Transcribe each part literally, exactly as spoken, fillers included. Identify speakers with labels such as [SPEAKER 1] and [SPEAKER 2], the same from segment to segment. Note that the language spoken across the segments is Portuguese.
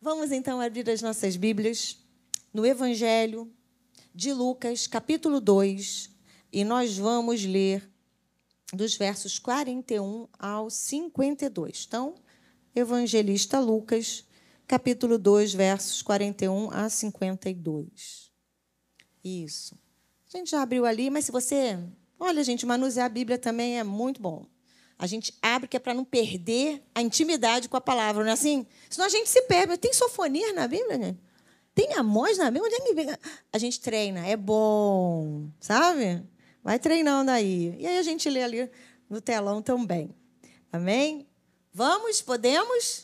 [SPEAKER 1] Vamos então abrir as nossas Bíblias no Evangelho de Lucas, capítulo dois, e nós vamos ler dos versos quarenta e um ao cinquenta e dois. Então, Evangelista Lucas, capítulo dois, versos quarenta e um a cinquenta e dois. Isso. A gente já abriu ali, mas se você... Olha, gente, manusear a Bíblia também é muito bom. A gente abre que é para não perder a intimidade com a palavra, não é assim? Senão a gente se perde. Tem sofonia na Bíblia, né? Tem Amós na Bíblia? Onde é que vem? A gente treina, é bom, sabe? Vai treinando aí. E aí a gente lê ali no telão também. Amém? Vamos? Podemos?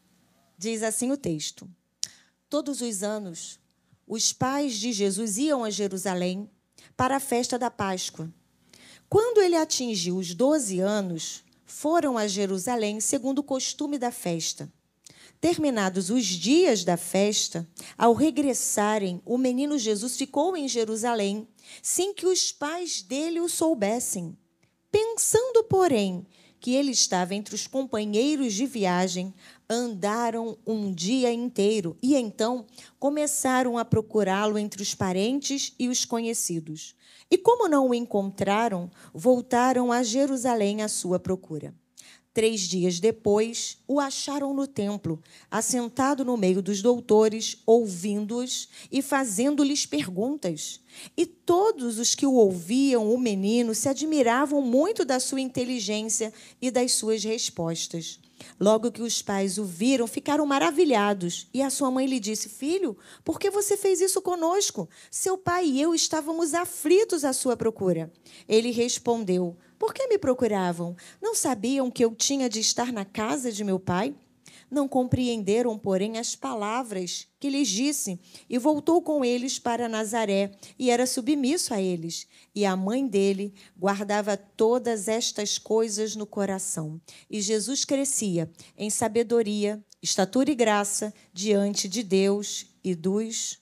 [SPEAKER 1] Diz assim o texto. Todos os anos, os pais de Jesus iam a Jerusalém para a festa da Páscoa. Quando ele atingiu os doze anos, foram a Jerusalém segundo o costume da festa. Terminados os dias da festa, ao regressarem, o menino Jesus ficou em Jerusalém, sem que os pais dele o soubessem. Pensando, porém, que ele estava entre os companheiros de viagem, andaram um dia inteiro e, então, começaram a procurá-lo entre os parentes e os conhecidos. E, como não o encontraram, voltaram a Jerusalém à sua procura. Três dias depois, o acharam no templo, assentado no meio dos doutores, ouvindo-os e fazendo-lhes perguntas. E todos os que o ouviam, o menino, se admiravam muito da sua inteligência e das suas respostas. Logo que os pais o viram, ficaram maravilhados. E a sua mãe lhe disse: Filho, por que você fez isso conosco? Seu pai e eu estávamos aflitos à sua procura. Ele respondeu: Por que me procuravam? Não sabiam que eu tinha de estar na casa de meu pai? Não compreenderam, porém, as palavras que lhes disse, e voltou com eles para Nazaré, e era submisso a eles. E a mãe dele guardava todas estas coisas no coração. E Jesus crescia em sabedoria, estatura e graça diante de Deus e dos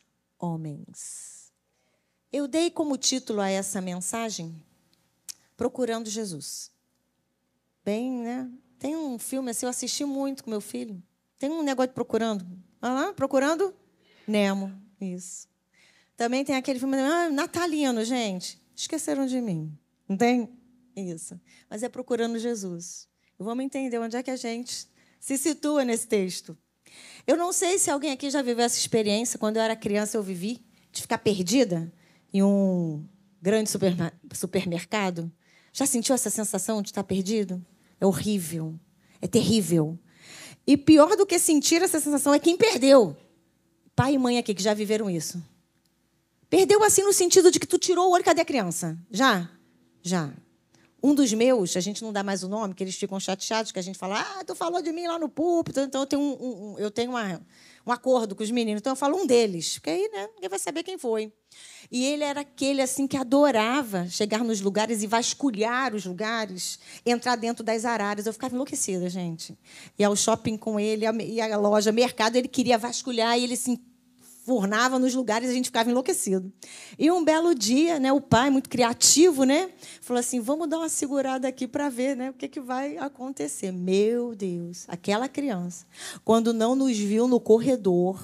[SPEAKER 1] homens. Eu dei como título a essa mensagem Procurando Jesus. Bem, né? Tem um filme assim, eu assisti muito com meu filho. Tem um negócio de Procurando. Olha lá, Procurando Nemo. Isso. Também tem aquele filme ah, natalino, gente. Esqueceram de mim. Não tem? Isso. Mas é Procurando Jesus. Vamos entender onde é que a gente se situa nesse texto. Eu não sei se alguém aqui já viveu essa experiência. Quando eu era criança, eu vivi de ficar perdida em um grande supermercado. Já sentiu essa sensação de estar perdido? É horrível, é terrível. E pior do que sentir essa sensação é quem perdeu. Pai e mãe aqui que já viveram isso. Perdeu assim no sentido de que tu tirou o olho, cadê a criança? Já? Já. Um dos meus, a gente não dá mais o nome, que eles ficam chateados, que a gente fala, ah, tu falou de mim lá no púlpito, então eu tenho um, um, eu tenho uma, um acordo com os meninos, então eu falo um deles, porque aí né, ninguém vai saber quem foi. E ele era aquele assim que adorava chegar nos lugares e vasculhar os lugares, entrar dentro das araras. Eu ficava enlouquecida, gente. E ao shopping com ele, e a loja, mercado, ele queria vasculhar e ele se enfurnava nos lugares e a gente ficava enlouquecido. E um belo dia, né, o pai, muito criativo, né, falou assim, vamos dar uma segurada aqui para ver né, o que, que vai acontecer. Meu Deus, aquela criança, quando não nos viu no corredor,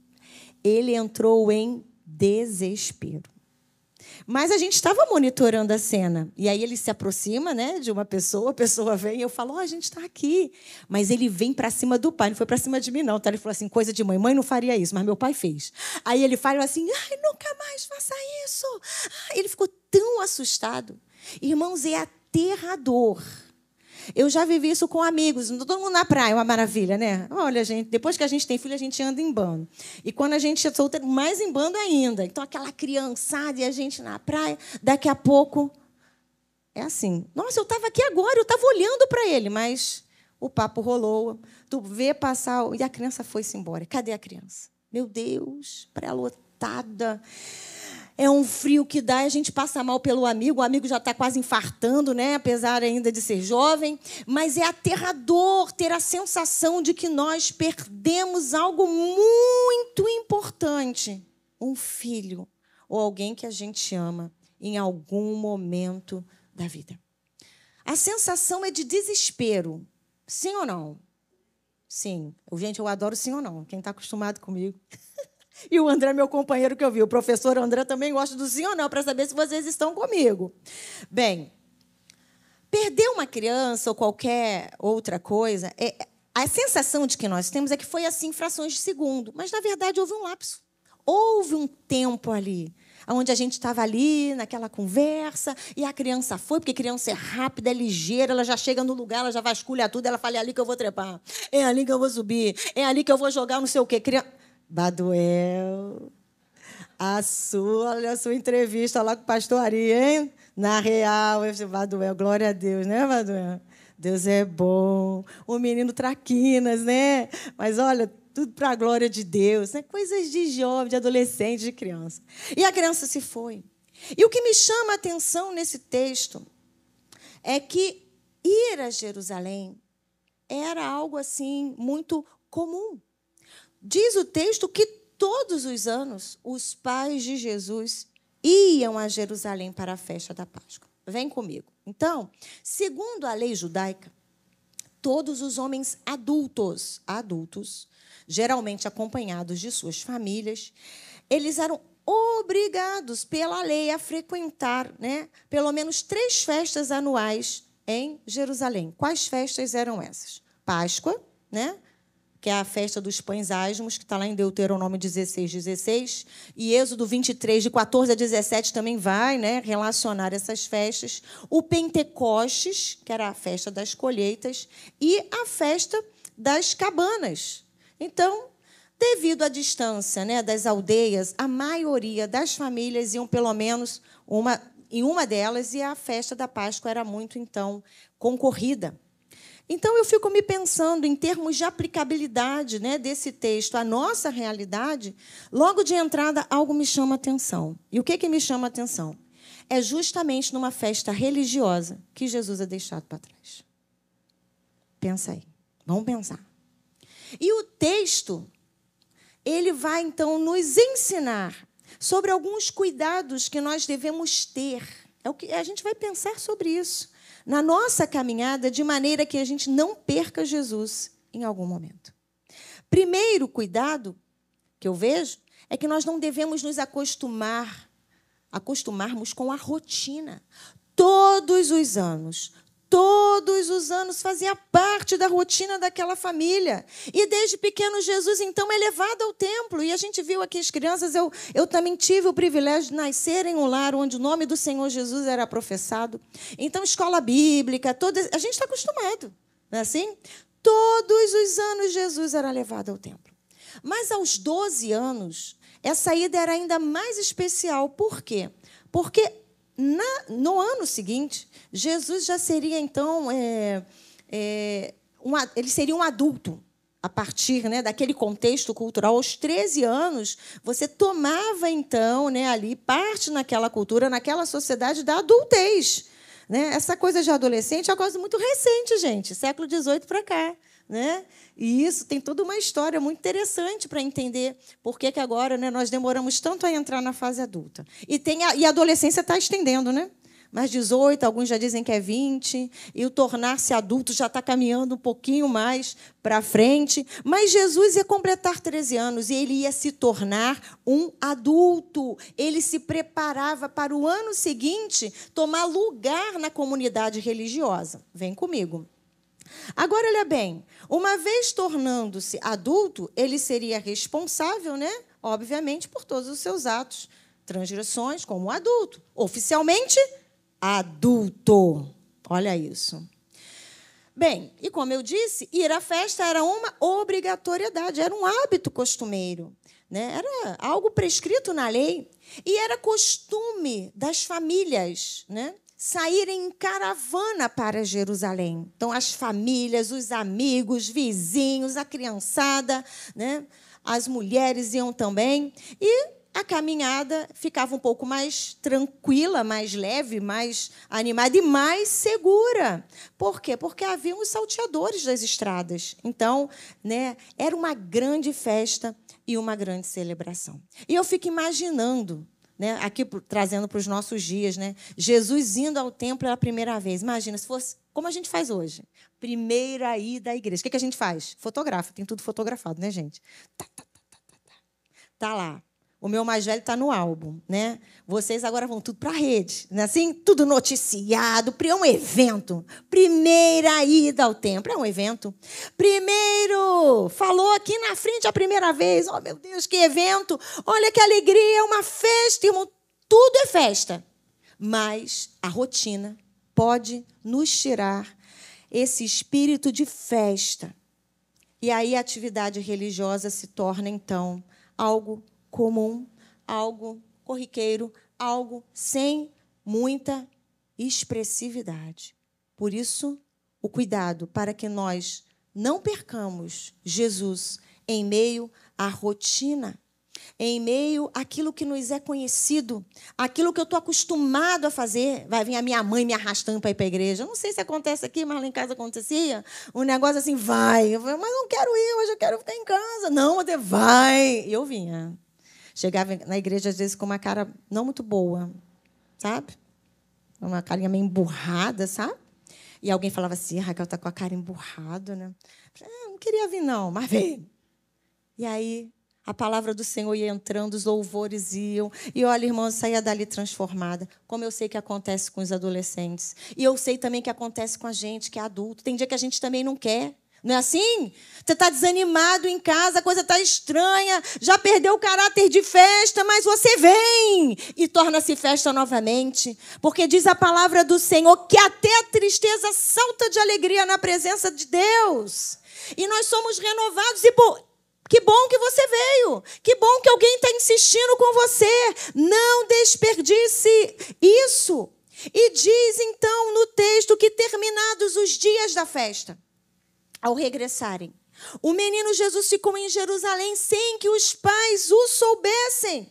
[SPEAKER 1] ele entrou em desespero. Mas a gente estava monitorando a cena. E aí ele se aproxima né, de uma pessoa, a pessoa vem e eu falo, oh, a gente está aqui. Mas ele vem para cima do pai, não foi para cima de mim, não. Então ele falou assim, coisa de mãe. Mãe não faria isso, mas meu pai fez. Aí ele fala assim, ai, nunca mais faça isso. Ele ficou tão assustado. Irmãos, é aterrador. Eu já vivi isso com amigos, todo mundo na praia, uma maravilha, né? Olha, gente, depois que a gente tem filho, a gente anda em bando. E quando a gente é solteiro, mais em bando ainda. Então, aquela criançada e a gente na praia, daqui a pouco, é assim. Nossa, eu estava aqui agora, eu estava olhando para ele, mas o papo rolou, tu vê passar, e a criança foi-se embora. Cadê a criança? Meu Deus, pré-lotada. É um frio que dá, a gente passa mal pelo amigo, o amigo já está quase infartando, né? Apesar ainda de ser jovem, mas é aterrador ter a sensação de que nós perdemos algo muito importante, um filho ou alguém que a gente ama em algum momento da vida. A sensação é de desespero, sim ou não? Sim. Gente, eu adoro sim ou não. Quem está acostumado comigo. E o André, meu companheiro que eu vi. O professor André também gosta do sim ou não, para saber se vocês estão comigo. Bem, perder uma criança ou qualquer outra coisa, é, a sensação de que nós temos é que foi assim, frações de segundo. Mas, na verdade, houve um lapso. Houve um tempo ali, onde a gente estava ali, naquela conversa, e a criança foi, porque criança é rápida, é ligeira, ela já chega no lugar, ela já vasculha tudo, ela fala, é ali que eu vou trepar, é ali que eu vou subir, é ali que eu vou jogar não sei o quê. Criança... Baduel, a sua, olha a sua entrevista lá com o pastor Ari, hein? Na real, esse Baduel, glória a Deus, né, Baduel? Deus é bom. O menino traquinas, né? Mas, olha, tudo para a glória de Deus, né? Coisas de jovem, de adolescente, de criança. E a criança se foi. E o que me chama a atenção nesse texto é que ir a Jerusalém era algo assim muito comum. Diz o texto que todos os anos os pais de Jesus iam a Jerusalém para a festa da Páscoa. Vem comigo. Então, segundo a lei judaica, todos os homens adultos, adultos, geralmente acompanhados de suas famílias, eles eram obrigados pela lei a frequentar, né, pelo menos três festas anuais em Jerusalém. Quais festas eram essas? Páscoa, né? Que é a festa dos pães asmos, que está lá em Deuteronômio dezesseis, dezesseis, e Êxodo vinte e três, de quatorze a dezessete, também vai, né, relacionar essas festas. O Pentecostes, que era a festa das colheitas, e a festa das cabanas. Então, devido à distância, né, das aldeias, a maioria das famílias iam, pelo menos, uma, em uma delas, e a festa da Páscoa era muito, então, concorrida. Então, eu fico me pensando em termos de aplicabilidade, né, desse texto à nossa realidade. Logo de entrada, algo me chama a atenção. E o que, que me chama a atenção? É justamente numa festa religiosa que Jesus é deixado para trás. Pensa aí. Vamos pensar. E o texto, ele vai, então, nos ensinar sobre alguns cuidados que nós devemos ter. É o que a gente vai pensar sobre isso na nossa caminhada, de maneira que a gente não perca Jesus em algum momento. Primeiro cuidado que eu vejo é que nós não devemos nos acostumar, acostumarmos com a rotina. Todos os anos, todos os anos fazia parte da rotina daquela família. E desde pequeno Jesus, então, é levado ao templo. E a gente viu aqui as crianças, eu, eu também tive o privilégio de nascer em um lar onde o nome do Senhor Jesus era professado. Então, escola bíblica, toda, a gente está acostumado, não é assim? Todos os anos Jesus era levado ao templo. Mas aos doze anos, essa ida era ainda mais especial. Por quê? Porque Na, no ano seguinte, Jesus já seria, então, é, é, um, ele seria um adulto, a partir, né, daquele contexto cultural. Aos treze anos, você tomava, então, né, ali parte naquela cultura, naquela sociedade da adultez. Né? Essa coisa de adolescente é uma coisa muito recente, gente, século dezoito para cá. Né? E isso tem toda uma história muito interessante para entender por que, que agora, né, nós demoramos tanto a entrar na fase adulta. E, tem a, e a adolescência está estendendo, né? Mais dezoito, alguns já dizem que é vinte, e o tornar-se adulto já está caminhando um pouquinho mais para frente. Mas Jesus ia completar treze anos e ele ia se tornar um adulto. Ele se preparava para o ano seguinte tomar lugar na comunidade religiosa. Vem comigo. Agora, olha bem, uma vez tornando-se adulto, ele seria responsável, né, obviamente, por todos os seus atos, transgressões, como adulto. Oficialmente, adulto. Olha isso. Bem, e como eu disse, ir à festa era uma obrigatoriedade, era um hábito costumeiro, né? Era algo prescrito na lei. E era costume das famílias, né, saírem em caravana para Jerusalém. Então, as famílias, os amigos, vizinhos, a criançada, né? As mulheres iam também. E a caminhada ficava um pouco mais tranquila, mais leve, mais animada e mais segura. Por quê? Porque haviam os salteadores das estradas. Então, né, era uma grande festa e uma grande celebração. E eu fico imaginando, né? Aqui trazendo para os nossos dias, né? Jesus indo ao templo pela primeira vez. Imagina, se fosse como a gente faz hoje. Primeira ida à igreja. O que, que a gente faz? Fotografa. Tem tudo fotografado, né, gente? Tá, tá, tá, tá, tá, tá. Tá lá. O meu mais velho está no álbum, né? Vocês agora vão tudo para a rede, né? Assim, tudo noticiado, é um evento. Primeira ida ao templo, é um evento. Primeiro, falou aqui na frente a primeira vez. Oh, meu Deus, que evento! Olha que alegria, é uma festa, irmão. Tudo é festa. Mas a rotina pode nos tirar esse espírito de festa. E aí a atividade religiosa se torna, então, algo comum, algo corriqueiro, algo sem muita expressividade. Por isso, o cuidado para que nós não percamos Jesus em meio à rotina, em meio àquilo que nos é conhecido, aquilo que eu estou acostumado a fazer. Vai vir a minha mãe me arrastando para ir para a igreja. Eu não sei se acontece aqui, mas lá em casa acontecia. Um negócio assim, vai. Eu falei, mas não quero ir, hoje eu quero ficar em casa. Não, você vai. E eu vinha. Chegava na igreja, às vezes, com uma cara não muito boa, sabe? Uma carinha meio emburrada, sabe? E alguém falava assim, Raquel está com a cara emburrada, né? Eu falei, ah, não queria vir, não, mas veio. E aí, a palavra do Senhor ia entrando, os louvores iam. E, olha, irmão, eu saía dali transformada. Como eu sei que acontece com os adolescentes. E eu sei também que acontece com a gente, que é adulto. Tem dia que a gente também não quer. Não é assim? Você está desanimado em casa, a coisa está estranha, já perdeu o caráter de festa, mas você vem e torna-se festa novamente. Porque diz a palavra do Senhor que até a tristeza salta de alegria na presença de Deus. E nós somos renovados e... Que bom que você veio. Que bom que alguém está insistindo com você. Não desperdice isso. E diz, então, no texto que terminados os dias da festa, ao regressarem, o menino Jesus ficou em Jerusalém sem que os pais o soubessem.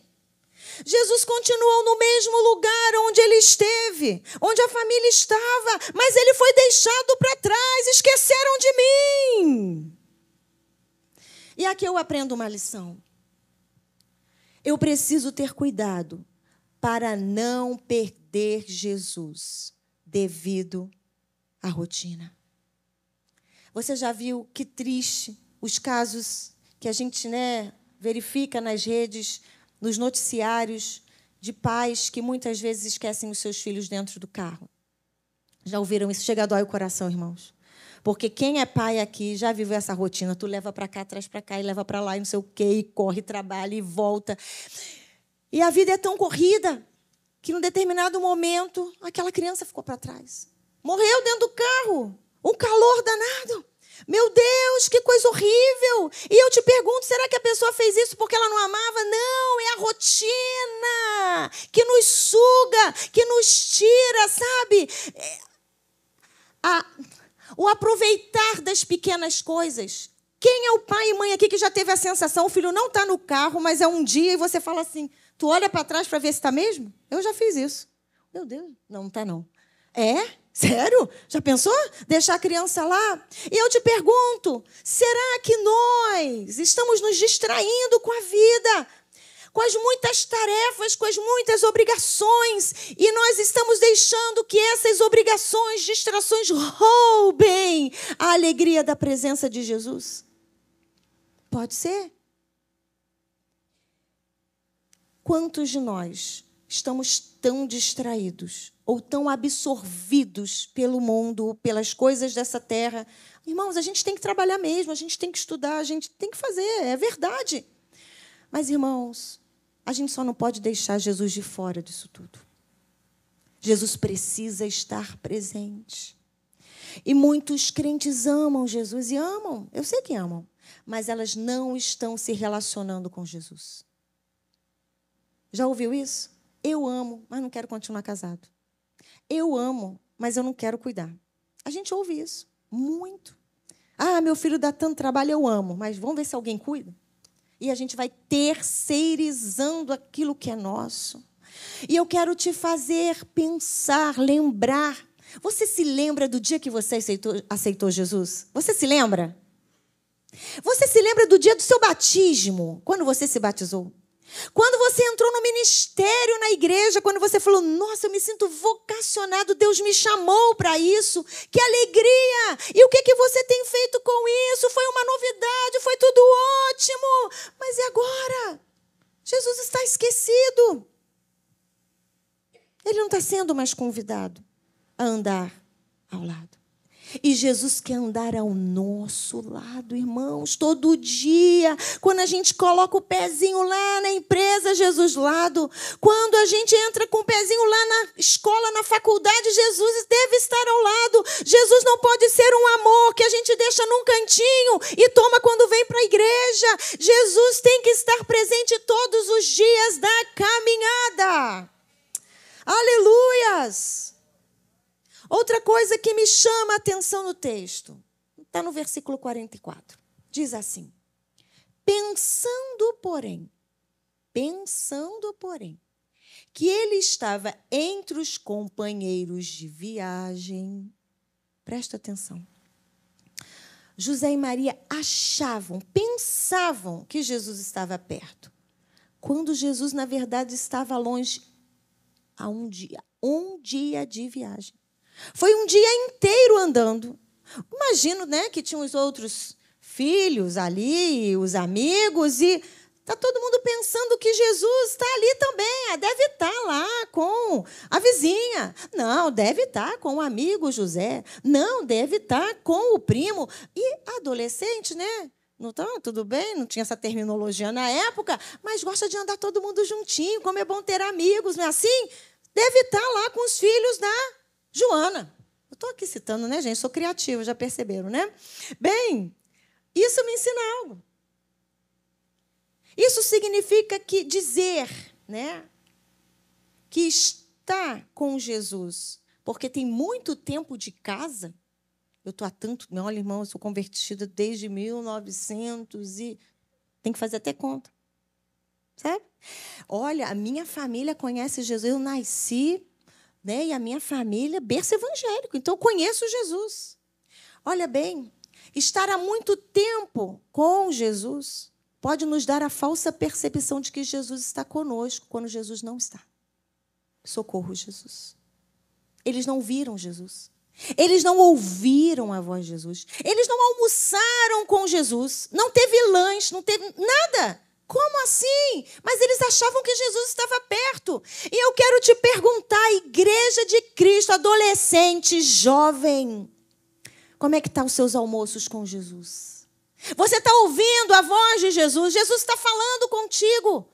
[SPEAKER 1] Jesus continuou no mesmo lugar onde ele esteve, onde a família estava, mas ele foi deixado para trás. Esqueceram de mim. E aqui eu aprendo uma lição. Eu preciso ter cuidado para não perder Jesus devido à rotina. Você já viu que triste os casos que a gente, né, verifica nas redes, nos noticiários, de pais que muitas vezes esquecem os seus filhos dentro do carro? Já ouviram isso? Chega a dói o coração, irmãos. Porque quem é pai aqui já viveu essa rotina. Tu leva para cá, traz para cá, e leva para lá, e não sei o quê, e corre, trabalha e volta. E a vida é tão corrida que, num determinado momento, aquela criança ficou para trás. Morreu dentro do carro. Um calor danado. Meu Deus, que coisa horrível. E eu te pergunto, será que a pessoa fez isso porque ela não amava? Não, é a rotina que nos suga, que nos tira, sabe? A, o aproveitar das pequenas coisas. Quem é o pai e mãe aqui que já teve a sensação, o filho não está no carro, mas é um dia e você fala assim, tu olha para trás para ver se está mesmo? Eu já fiz isso. Meu Deus, não, não está não. É? Sério? Já pensou? Deixar a criança lá? E eu te pergunto, será que nós estamos nos distraindo com a vida, com as muitas tarefas, com as muitas obrigações, e nós estamos deixando que essas obrigações, distrações, roubem a alegria da presença de Jesus? Pode ser? Quantos de nós estamos tão distraídos ou tão absorvidos pelo mundo, pelas coisas dessa terra? Irmãos, a gente tem que trabalhar mesmo, a gente tem que estudar, a gente tem que fazer, é verdade. Mas, irmãos, a gente só não pode deixar Jesus de fora disso tudo. Jesus precisa estar presente. E muitos crentes amam Jesus e amam, eu sei que amam, mas elas não estão se relacionando com Jesus. Já ouviu isso? Eu amo, mas não quero continuar casado. Eu amo, mas eu não quero cuidar. A gente ouve isso muito. Ah, meu filho dá tanto trabalho, eu amo, mas vamos ver se alguém cuida? E a gente vai terceirizando aquilo que é nosso. E eu quero te fazer pensar, lembrar. Você se lembra do dia que você aceitou, aceitou Jesus? Você se lembra? Você se lembra do dia do seu batismo, quando você se batizou? Quando você entrou no ministério na igreja, quando você falou, nossa, eu me sinto vocacionado, Deus me chamou para isso, que alegria! E o que, que você tem feito com isso? Foi uma novidade, foi tudo ótimo. Mas e agora? Jesus está esquecido. Ele não está sendo mais convidado a andar ao lado. E Jesus quer andar ao nosso lado, irmãos, todo dia. Quando a gente coloca o pezinho lá na empresa, Jesus lado. Quando a gente entra com o pezinho lá na escola, na faculdade, Jesus deve estar ao lado. Jesus não pode ser um amor que a gente deixa num cantinho e toma quando vem para a igreja. Jesus tem que estar presente todos os dias da caminhada. Aleluias! Outra coisa que me chama a atenção no texto, está no versículo quarenta e quatro. Diz assim, pensando, porém, pensando, porém, que ele estava entre os companheiros de viagem. Presta atenção. José e Maria achavam, pensavam que Jesus estava perto, quando Jesus, na verdade, estava longe há um dia, um dia de viagem. Foi um dia inteiro andando. Imagino, né, que tinha os outros filhos ali, os amigos, e está todo mundo pensando que Jesus está ali também. Ah, deve estar lá com a vizinha. Não, deve estar com o amigo José. Não, deve estar com o primo. E adolescente, né? Não tá, tudo bem, não tinha essa terminologia na época, mas gosta de andar todo mundo juntinho, como é bom ter amigos, não é assim? Deve estar lá com os filhos da Joana. Eu estou aqui citando, né, gente? Sou criativa, já perceberam, né? Bem, isso me ensina algo. Isso significa que dizer, né, que está com Jesus, porque tem muito tempo de casa. Eu estou há tanto... Olha, irmão, eu sou convertida desde mil e novecentos e... Tem que fazer até conta. Sabe? Olha, a minha família conhece Jesus. Eu nasci... Né? E a minha família, berço evangélico. Então, eu conheço Jesus. Olha bem, estar há muito tempo com Jesus pode nos dar a falsa percepção de que Jesus está conosco, quando Jesus não está. Socorro, Jesus. Eles não viram Jesus. Eles não ouviram a voz de Jesus. Eles não almoçaram com Jesus. Não teve lanche, não teve nada. Como assim? Mas eles achavam que Jesus estava perto. E eu quero te perguntar, Igreja de Cristo, adolescente, jovem, como é que estão os seus almoços com Jesus? Você está ouvindo a voz de Jesus? Jesus está falando contigo.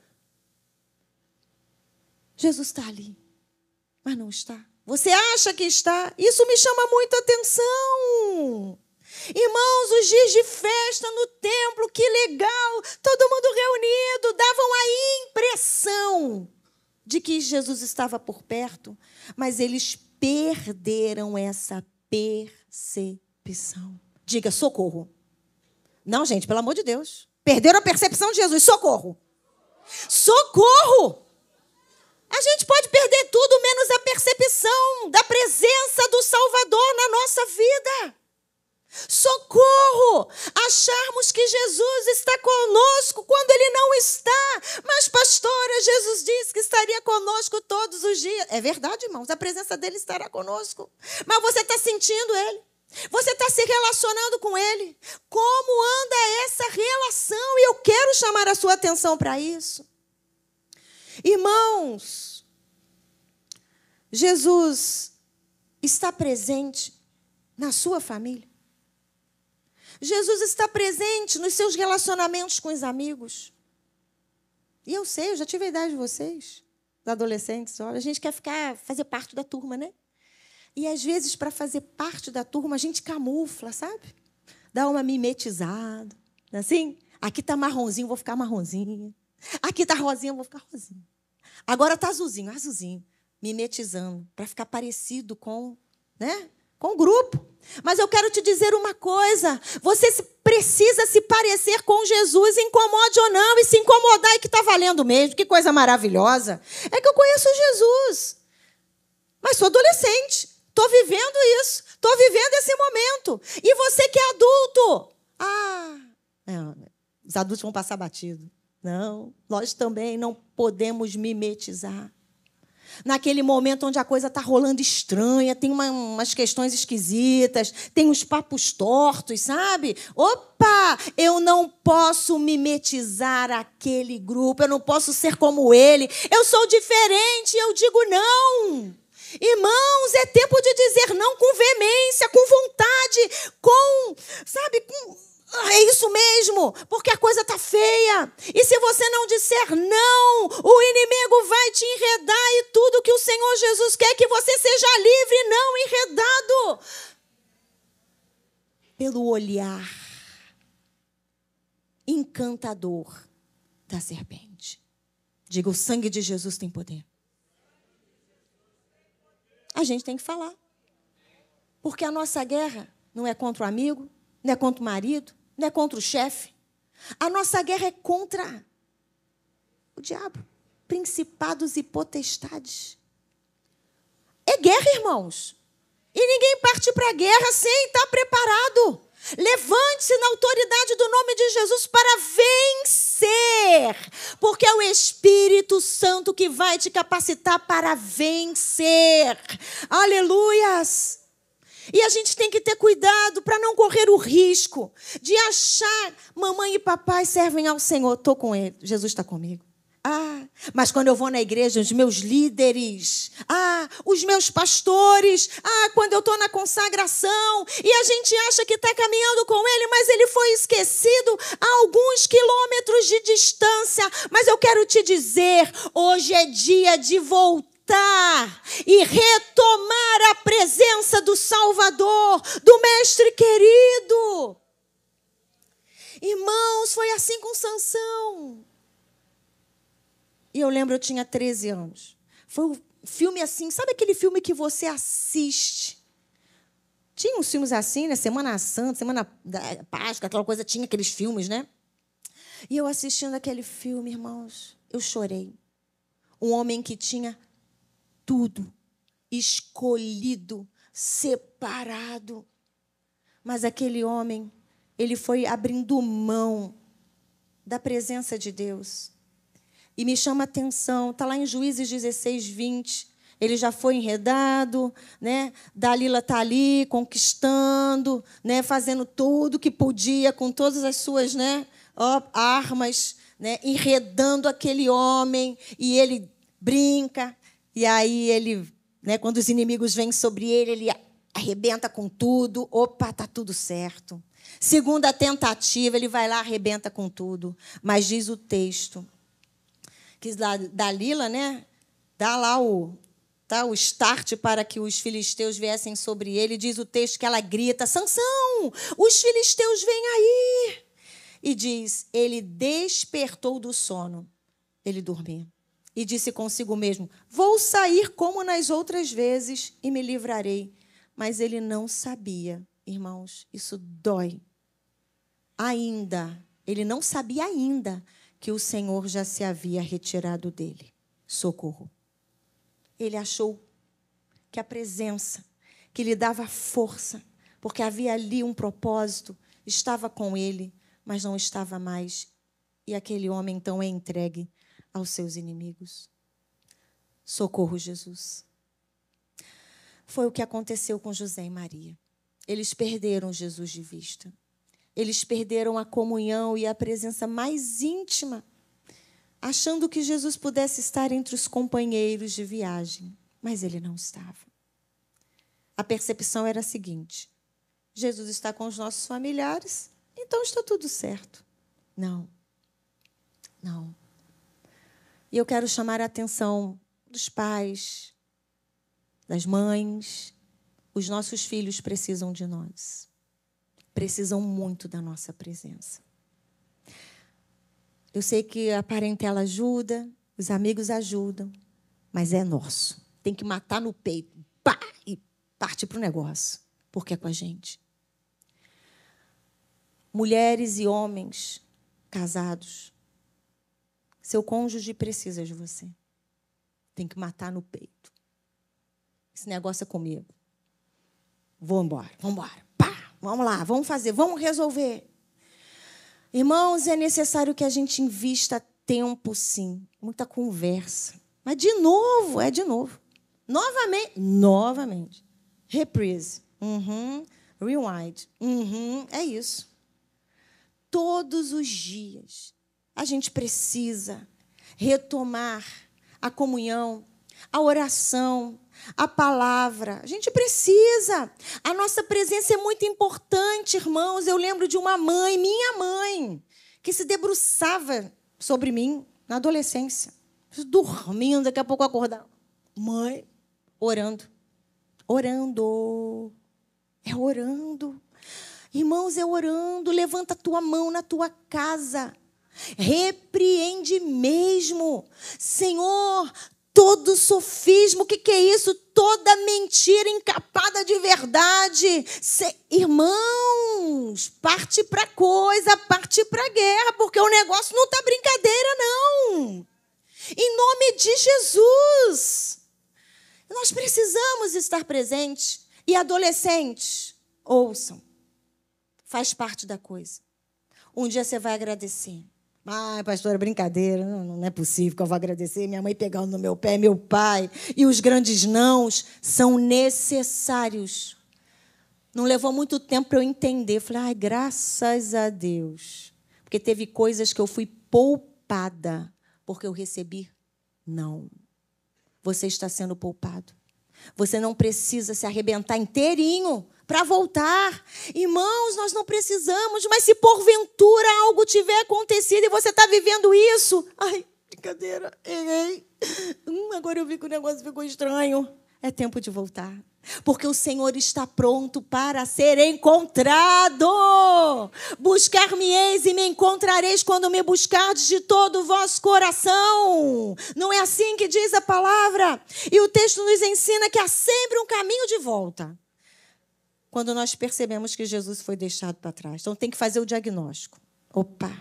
[SPEAKER 1] Jesus está ali, mas não está. Você acha que está? Isso me chama muito a atenção. Irmãos, os dias de festa no templo, que legal, todo mundo reunido, davam a impressão de que Jesus estava por perto, mas eles perderam essa percepção. Diga, socorro. Não, gente, pelo amor de Deus. Perderam a percepção de Jesus, socorro. Socorro! A gente pode perder tudo menos a percepção da presença do Salvador na nossa vida. Socorro! Acharmos que Jesus está conosco quando Ele não está. Mas, pastora, Jesus disse que estaria conosco todos os dias. É verdade, irmãos, a presença dEle estará conosco. Mas você está sentindo Ele? Você está se relacionando com Ele? Como anda essa relação? E eu quero chamar a sua atenção para isso. Irmãos, Jesus está presente na sua família. Jesus está presente nos seus relacionamentos com os amigos. E eu sei, eu já tive a idade de vocês, dos adolescentes. Olha, a gente quer ficar, fazer parte da turma, né? E, às vezes, para fazer parte da turma, a gente camufla, sabe? Dá uma mimetizada. Assim? Aqui está marronzinho, vou ficar marronzinho. Aqui está rosinha, vou ficar rosinha. Agora está azulzinho, azulzinho. Mimetizando, para ficar parecido com, né? Com o grupo. Mas eu quero te dizer uma coisa. Você precisa se parecer com Jesus, incomode ou não, e se incomodar é que está valendo mesmo. Que coisa maravilhosa. É que eu conheço Jesus. Mas sou adolescente. Estou vivendo isso. Estou vivendo esse momento. E você que é adulto. Ah, é, os adultos vão passar batido. Não, nós também não podemos mimetizar. Naquele momento onde a coisa está rolando estranha, tem uma, umas questões esquisitas, tem uns papos tortos, sabe? Opa, eu não posso mimetizar aquele grupo, eu não posso ser como ele, eu sou diferente, eu digo não. Irmãos, é tempo de dizer não com veemência, com vontade, com, sabe, com... É isso mesmo, porque a coisa está feia. E se você não disser não, o inimigo vai te enredar e tudo que o Senhor Jesus quer é que você seja livre, não enredado pelo olhar encantador da serpente. Diga, o sangue de Jesus tem poder. A gente tem que falar. Porque a nossa guerra não é contra o amigo, não é contra o marido, não é contra o chefe. A nossa guerra é contra o diabo, principados e potestades. É guerra, irmãos. E ninguém parte para a guerra sem estar preparado. Levante-se na autoridade do nome de Jesus para vencer. Porque é o Espírito Santo que vai te capacitar para vencer. Aleluias! E a gente tem que ter cuidado para não correr o risco de achar mamãe e papai servem ao Senhor. Estou com ele, Jesus está comigo. Ah, mas quando eu vou na igreja, os meus líderes, ah, os meus pastores, ah, quando eu estou na consagração, e a gente acha que está caminhando com ele, mas ele foi esquecido a alguns quilômetros de distância. Mas eu quero te dizer, hoje é dia de voltar e retomar a presença do Salvador, do Mestre querido. Irmãos, foi assim com Sansão. E eu lembro, eu tinha treze anos. Foi um filme assim, sabe aquele filme que você assiste? Tinha uns filmes assim, né? Semana Santa, Semana da Páscoa, aquela coisa, tinha aqueles filmes, né? E eu assistindo aquele filme, irmãos, eu chorei. Um homem que tinha tudo, escolhido, separado. Mas aquele homem, ele foi abrindo mão da presença de Deus. E me chama a atenção, está lá em Juízes dezesseis, vinte. Ele já foi enredado, né? Dalila está ali conquistando, né? Fazendo tudo que podia com todas as suas, né? Ó, armas, né? Enredando aquele homem. E ele brinca. E aí ele, né? Quando os inimigos vêm sobre ele, ele arrebenta com tudo. Opa, está tudo certo. Segunda tentativa, ele vai lá, arrebenta com tudo. Mas diz o texto que Dalila, né, dá lá o, tá, o start para que os filisteus viessem sobre ele. Diz o texto que ela grita, Sansão, os filisteus vêm aí. E diz, ele despertou do sono. Ele dormia. E disse consigo mesmo, vou sair como nas outras vezes e me livrarei. Mas ele não sabia, irmãos, isso dói. Ainda, ele não sabia ainda que o Senhor já se havia retirado dele. Socorro. Ele achou que a presença que lhe dava força, porque havia ali um propósito, estava com ele, mas não estava mais. E aquele homem, então, é entregue aos seus inimigos. Socorro, Jesus. Foi o que aconteceu com José e Maria. Eles perderam Jesus de vista. Eles perderam a comunhão e a presença mais íntima, achando que Jesus pudesse estar entre os companheiros de viagem, mas ele não estava. A percepção era a seguinte, Jesus está com os nossos familiares, então está tudo certo. Não, não. E eu quero chamar a atenção dos pais, das mães. Os nossos filhos precisam de nós. Precisam muito da nossa presença. Eu sei que a parentela ajuda, os amigos ajudam, mas é nosso. Tem que matar no peito, pá, e partir para o negócio, porque é com a gente. Mulheres e homens casados, seu cônjuge precisa de você. Tem que matar no peito. Esse negócio é comigo. Vou embora, vamos embora. Pá, vamos lá, vamos fazer, vamos resolver. Irmãos, é necessário que a gente invista tempo, sim. Muita conversa. Mas, de novo, é de novo. Novamente. Novamente. Reprise. Uhum. Rewind. Uhum. É isso. Todos os dias, a gente precisa retomar a comunhão, a oração, a palavra. A gente precisa. A nossa presença é muito importante, irmãos. Eu lembro de uma mãe, minha mãe, que se debruçava sobre mim na adolescência. Dormindo, daqui a pouco eu acordava. Mãe, orando. Orando. É orando. Irmãos, é orando. Levanta a tua mão na tua casa. Repreende mesmo. Senhor, todo sofismo, o que, que é isso? Toda mentira encapada de verdade. Se, irmãos, parte para coisa, parte para guerra, porque o negócio não está brincadeira, não. Em nome de Jesus. Nós precisamos estar presentes. E adolescentes, ouçam. Faz parte da coisa. Um dia você vai agradecer. Ah, pastora, brincadeira, não, não é possível que eu vou agradecer. Minha mãe pegando no meu pé, meu pai. E os grandes nãos são necessários. Não levou muito tempo para eu entender. Falei, ai, graças a Deus. Porque teve coisas que eu fui poupada, porque eu recebi não. Você está sendo poupado. Você não precisa se arrebentar inteirinho para voltar. Irmãos, nós não precisamos, mas se porventura algo tiver acontecido e você está vivendo isso... Ai, brincadeira, errei. Hum, agora eu vi que o negócio ficou estranho. É tempo de voltar. Porque o Senhor está pronto para ser encontrado. Buscar-me-eis e me encontrareis quando me buscardes de todo o vosso coração. Não é assim que diz a palavra? E o texto nos ensina que há sempre um caminho de volta. Quando nós percebemos que Jesus foi deixado para trás. Então, tem que fazer o diagnóstico. Opa,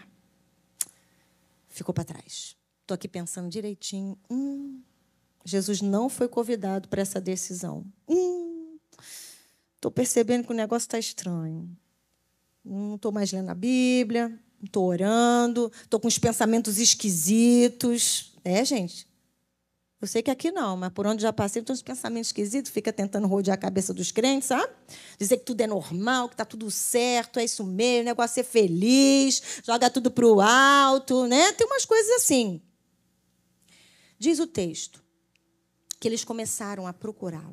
[SPEAKER 1] ficou para trás. Estou aqui pensando direitinho. Hum, Jesus não foi convidado para essa decisão. Estou hum, percebendo que o negócio está estranho. Não estou mais lendo a Bíblia, não estou orando, estou com os pensamentos esquisitos. É, gente? Eu sei que aqui não, mas por onde já passei, tem uns pensamentos esquisitos, fica tentando rodear a cabeça dos crentes, sabe? Dizer que tudo é normal, que está tudo certo, é isso mesmo, o negócio é ser feliz, joga tudo para o alto, né? Tem umas coisas assim. Diz o texto que eles começaram a procurá-lo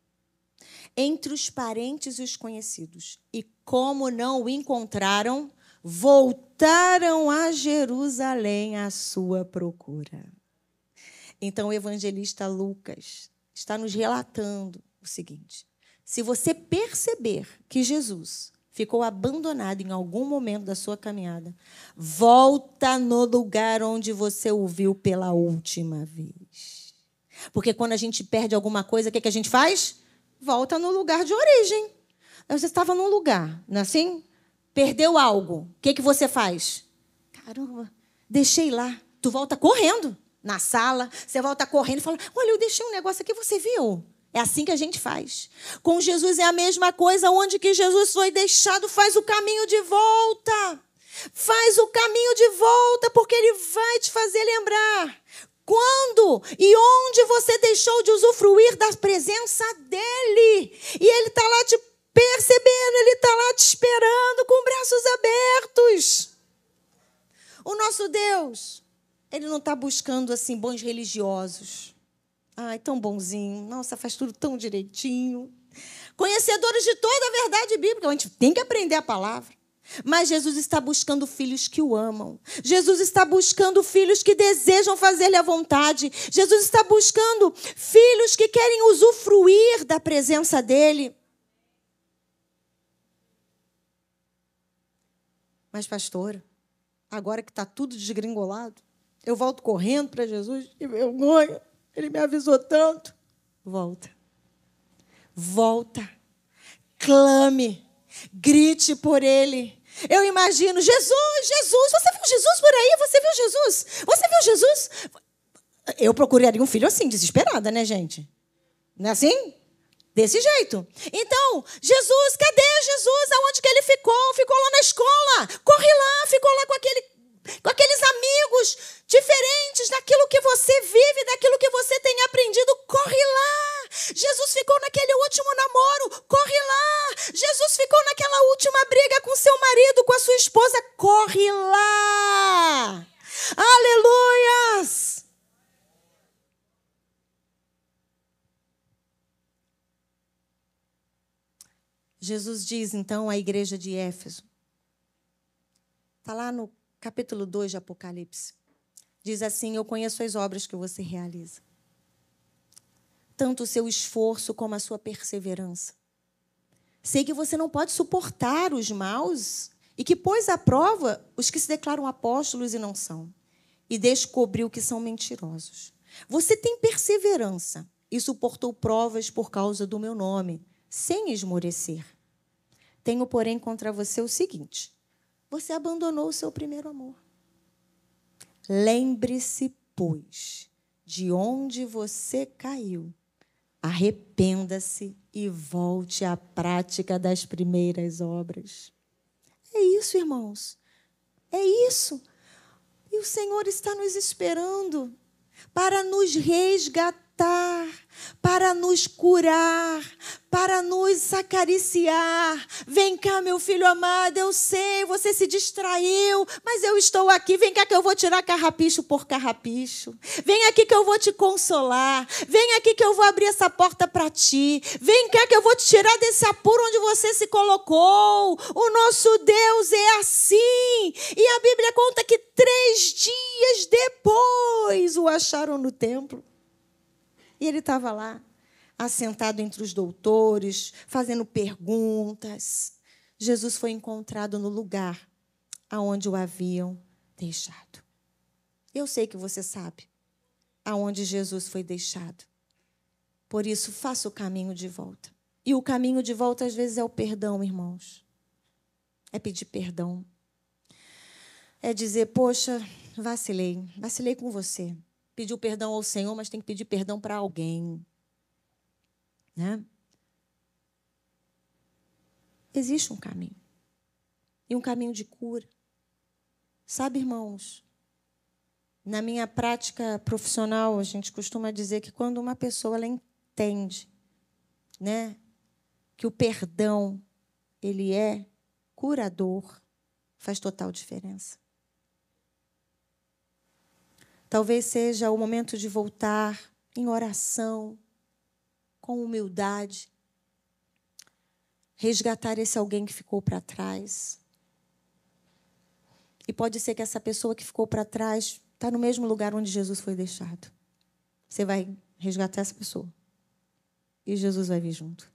[SPEAKER 1] entre os parentes e os conhecidos. E como não o encontraram, voltaram a Jerusalém à sua procura. Então, o evangelista Lucas está nos relatando o seguinte. Se você perceber que Jesus ficou abandonado em algum momento da sua caminhada, volta no lugar onde você o viu pela última vez. Porque quando a gente perde alguma coisa, o que a gente faz? Volta no lugar de origem. Você estava num lugar, não é assim? Perdeu algo. O que, que você faz? Caramba, deixei lá. Tu volta correndo na sala, você volta correndo e fala, olha, eu deixei um negócio aqui, você viu? É assim que a gente faz. Com Jesus é a mesma coisa. Onde que Jesus foi deixado, faz o caminho de volta. Faz o caminho de volta, porque Ele vai te fazer lembrar quando e onde você deixou de usufruir da presença dEle. E Ele está lá te percebendo, Ele está lá te esperando com braços abertos. O nosso Deus, Ele não está buscando assim bons religiosos. Ai, tão bonzinho. Nossa, faz tudo tão direitinho. Conhecedores de toda a verdade bíblica. A gente tem que aprender a palavra. Mas Jesus está buscando filhos que o amam. Jesus está buscando filhos que desejam fazer-lhe a vontade. Jesus está buscando filhos que querem usufruir da presença dEle. Mas, pastora, agora que está tudo desgringolado, eu volto correndo para Jesus, que vergonha. Ele me avisou tanto. Volta. Volta. Clame. Grite por Ele. Eu imagino, Jesus, Jesus, você viu Jesus por aí? Você viu Jesus? Você viu Jesus? Eu procuraria um filho assim, desesperada, né, gente? Não é assim? Desse jeito. Então, Jesus, cadê Jesus? Aonde que ele ficou? Ficou lá na escola. Corre lá, ficou lá com, aquele, com aqueles amigos diferentes daquilo que você vive, daquilo que você tem aprendido. Corre lá. Jesus ficou naquele último namoro. Corre lá. Jesus ficou naquela última briga com seu marido, com a sua esposa. Corre lá. Aleluias. Jesus diz, então, à igreja de Éfeso, está lá no capítulo dois de Apocalipse, diz assim, eu conheço as obras que você realiza, tanto o seu esforço como a sua perseverança. Sei que você não pode suportar os maus e que pôs à prova os que se declaram apóstolos e não são, e descobriu que são mentirosos. Você tem perseverança e suportou provas por causa do meu nome, sem esmorecer. Tenho, porém, contra você o seguinte: você abandonou o seu primeiro amor. Lembre-se, pois, de onde você caiu. Arrependa-se e volte à prática das primeiras obras. É isso, irmãos. É isso. E o Senhor está nos esperando para nos resgatar, para nos curar, para nos acariciar. Vem cá, meu filho amado, eu sei, você se distraiu, mas eu estou aqui. Vem cá que eu vou tirar carrapicho por carrapicho. Vem aqui que eu vou te consolar. Vem aqui que eu vou abrir essa porta para ti. Vem cá que eu vou te tirar desse apuro onde você se colocou. O nosso Deus é assim. E a Bíblia conta que três dias depois o acharam no templo. E ele estava lá, assentado entre os doutores, fazendo perguntas. Jesus foi encontrado no lugar aonde o haviam deixado. Eu sei que você sabe aonde Jesus foi deixado. Por isso, faça o caminho de volta. E o caminho de volta, às vezes, é o perdão, irmãos. É pedir perdão. É dizer, poxa, vacilei, vacilei com você. Pediu perdão ao Senhor, mas tem que pedir perdão para alguém. Né? Existe um caminho. E um caminho de cura. Sabe, irmãos, na minha prática profissional, a gente costuma dizer que quando uma pessoa ela entende, né, que o perdão ele é curador, faz total diferença. Talvez seja o momento de voltar em oração, com humildade, resgatar esse alguém que ficou para trás. E pode ser que essa pessoa que ficou para trás está no mesmo lugar onde Jesus foi deixado. Você vai resgatar essa pessoa. E Jesus vai vir junto.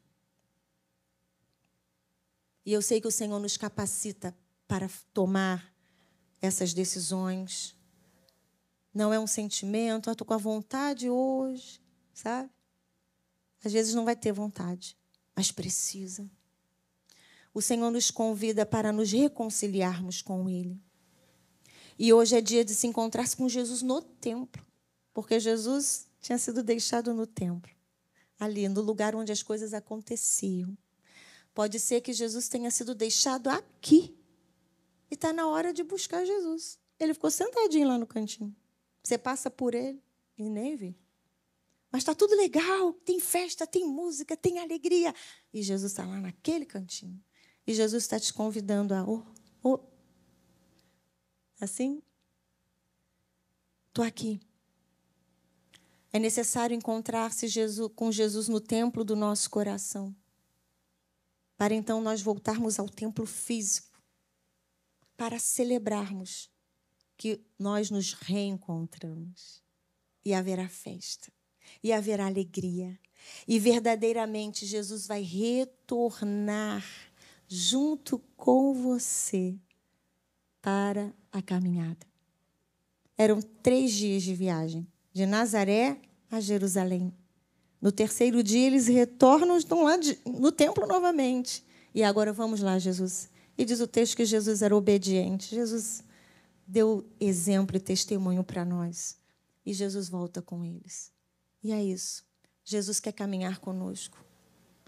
[SPEAKER 1] E eu sei que o Senhor nos capacita para tomar essas decisões. Não é um sentimento, estou com a vontade hoje, sabe? Às vezes não vai ter vontade, mas precisa. O Senhor nos convida para nos reconciliarmos com Ele. E hoje é dia de se encontrar com Jesus no templo, porque Jesus tinha sido deixado no templo, ali, no lugar onde as coisas aconteciam. Pode ser que Jesus tenha sido deixado aqui, e está na hora de buscar Jesus. Ele ficou sentadinho lá no cantinho. Você passa por ele e nem vê. Mas está tudo legal, tem festa, tem música, tem alegria. E Jesus está lá naquele cantinho. E Jesus está te convidando a... Oh, oh. Assim? Estou aqui. É necessário encontrar-se Jesus, com Jesus no templo do nosso coração. Para então nós voltarmos ao templo físico. Para celebrarmos que nós nos reencontramos. E haverá festa. E haverá alegria. E verdadeiramente Jesus vai retornar junto com você para a caminhada. Eram três dias de viagem, de Nazaré a Jerusalém. No terceiro dia, eles retornam, estão lá de, no templo novamente. E agora vamos lá, Jesus. E diz o texto que Jesus era obediente. Jesus deu exemplo e testemunho para nós. E Jesus volta com eles. E é isso. Jesus quer caminhar conosco.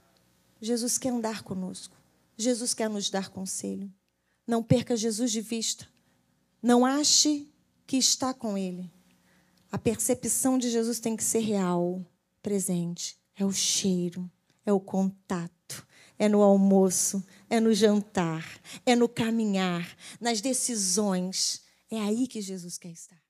[SPEAKER 1] Jesus quer andar conosco. Jesus quer nos dar conselho. Não perca Jesus de vista. Não ache que está com Ele. A percepção de Jesus tem que ser real, presente. É o cheiro, é o contato, é no almoço, é no jantar, é no caminhar, nas decisões. É aí que Jesus quer estar.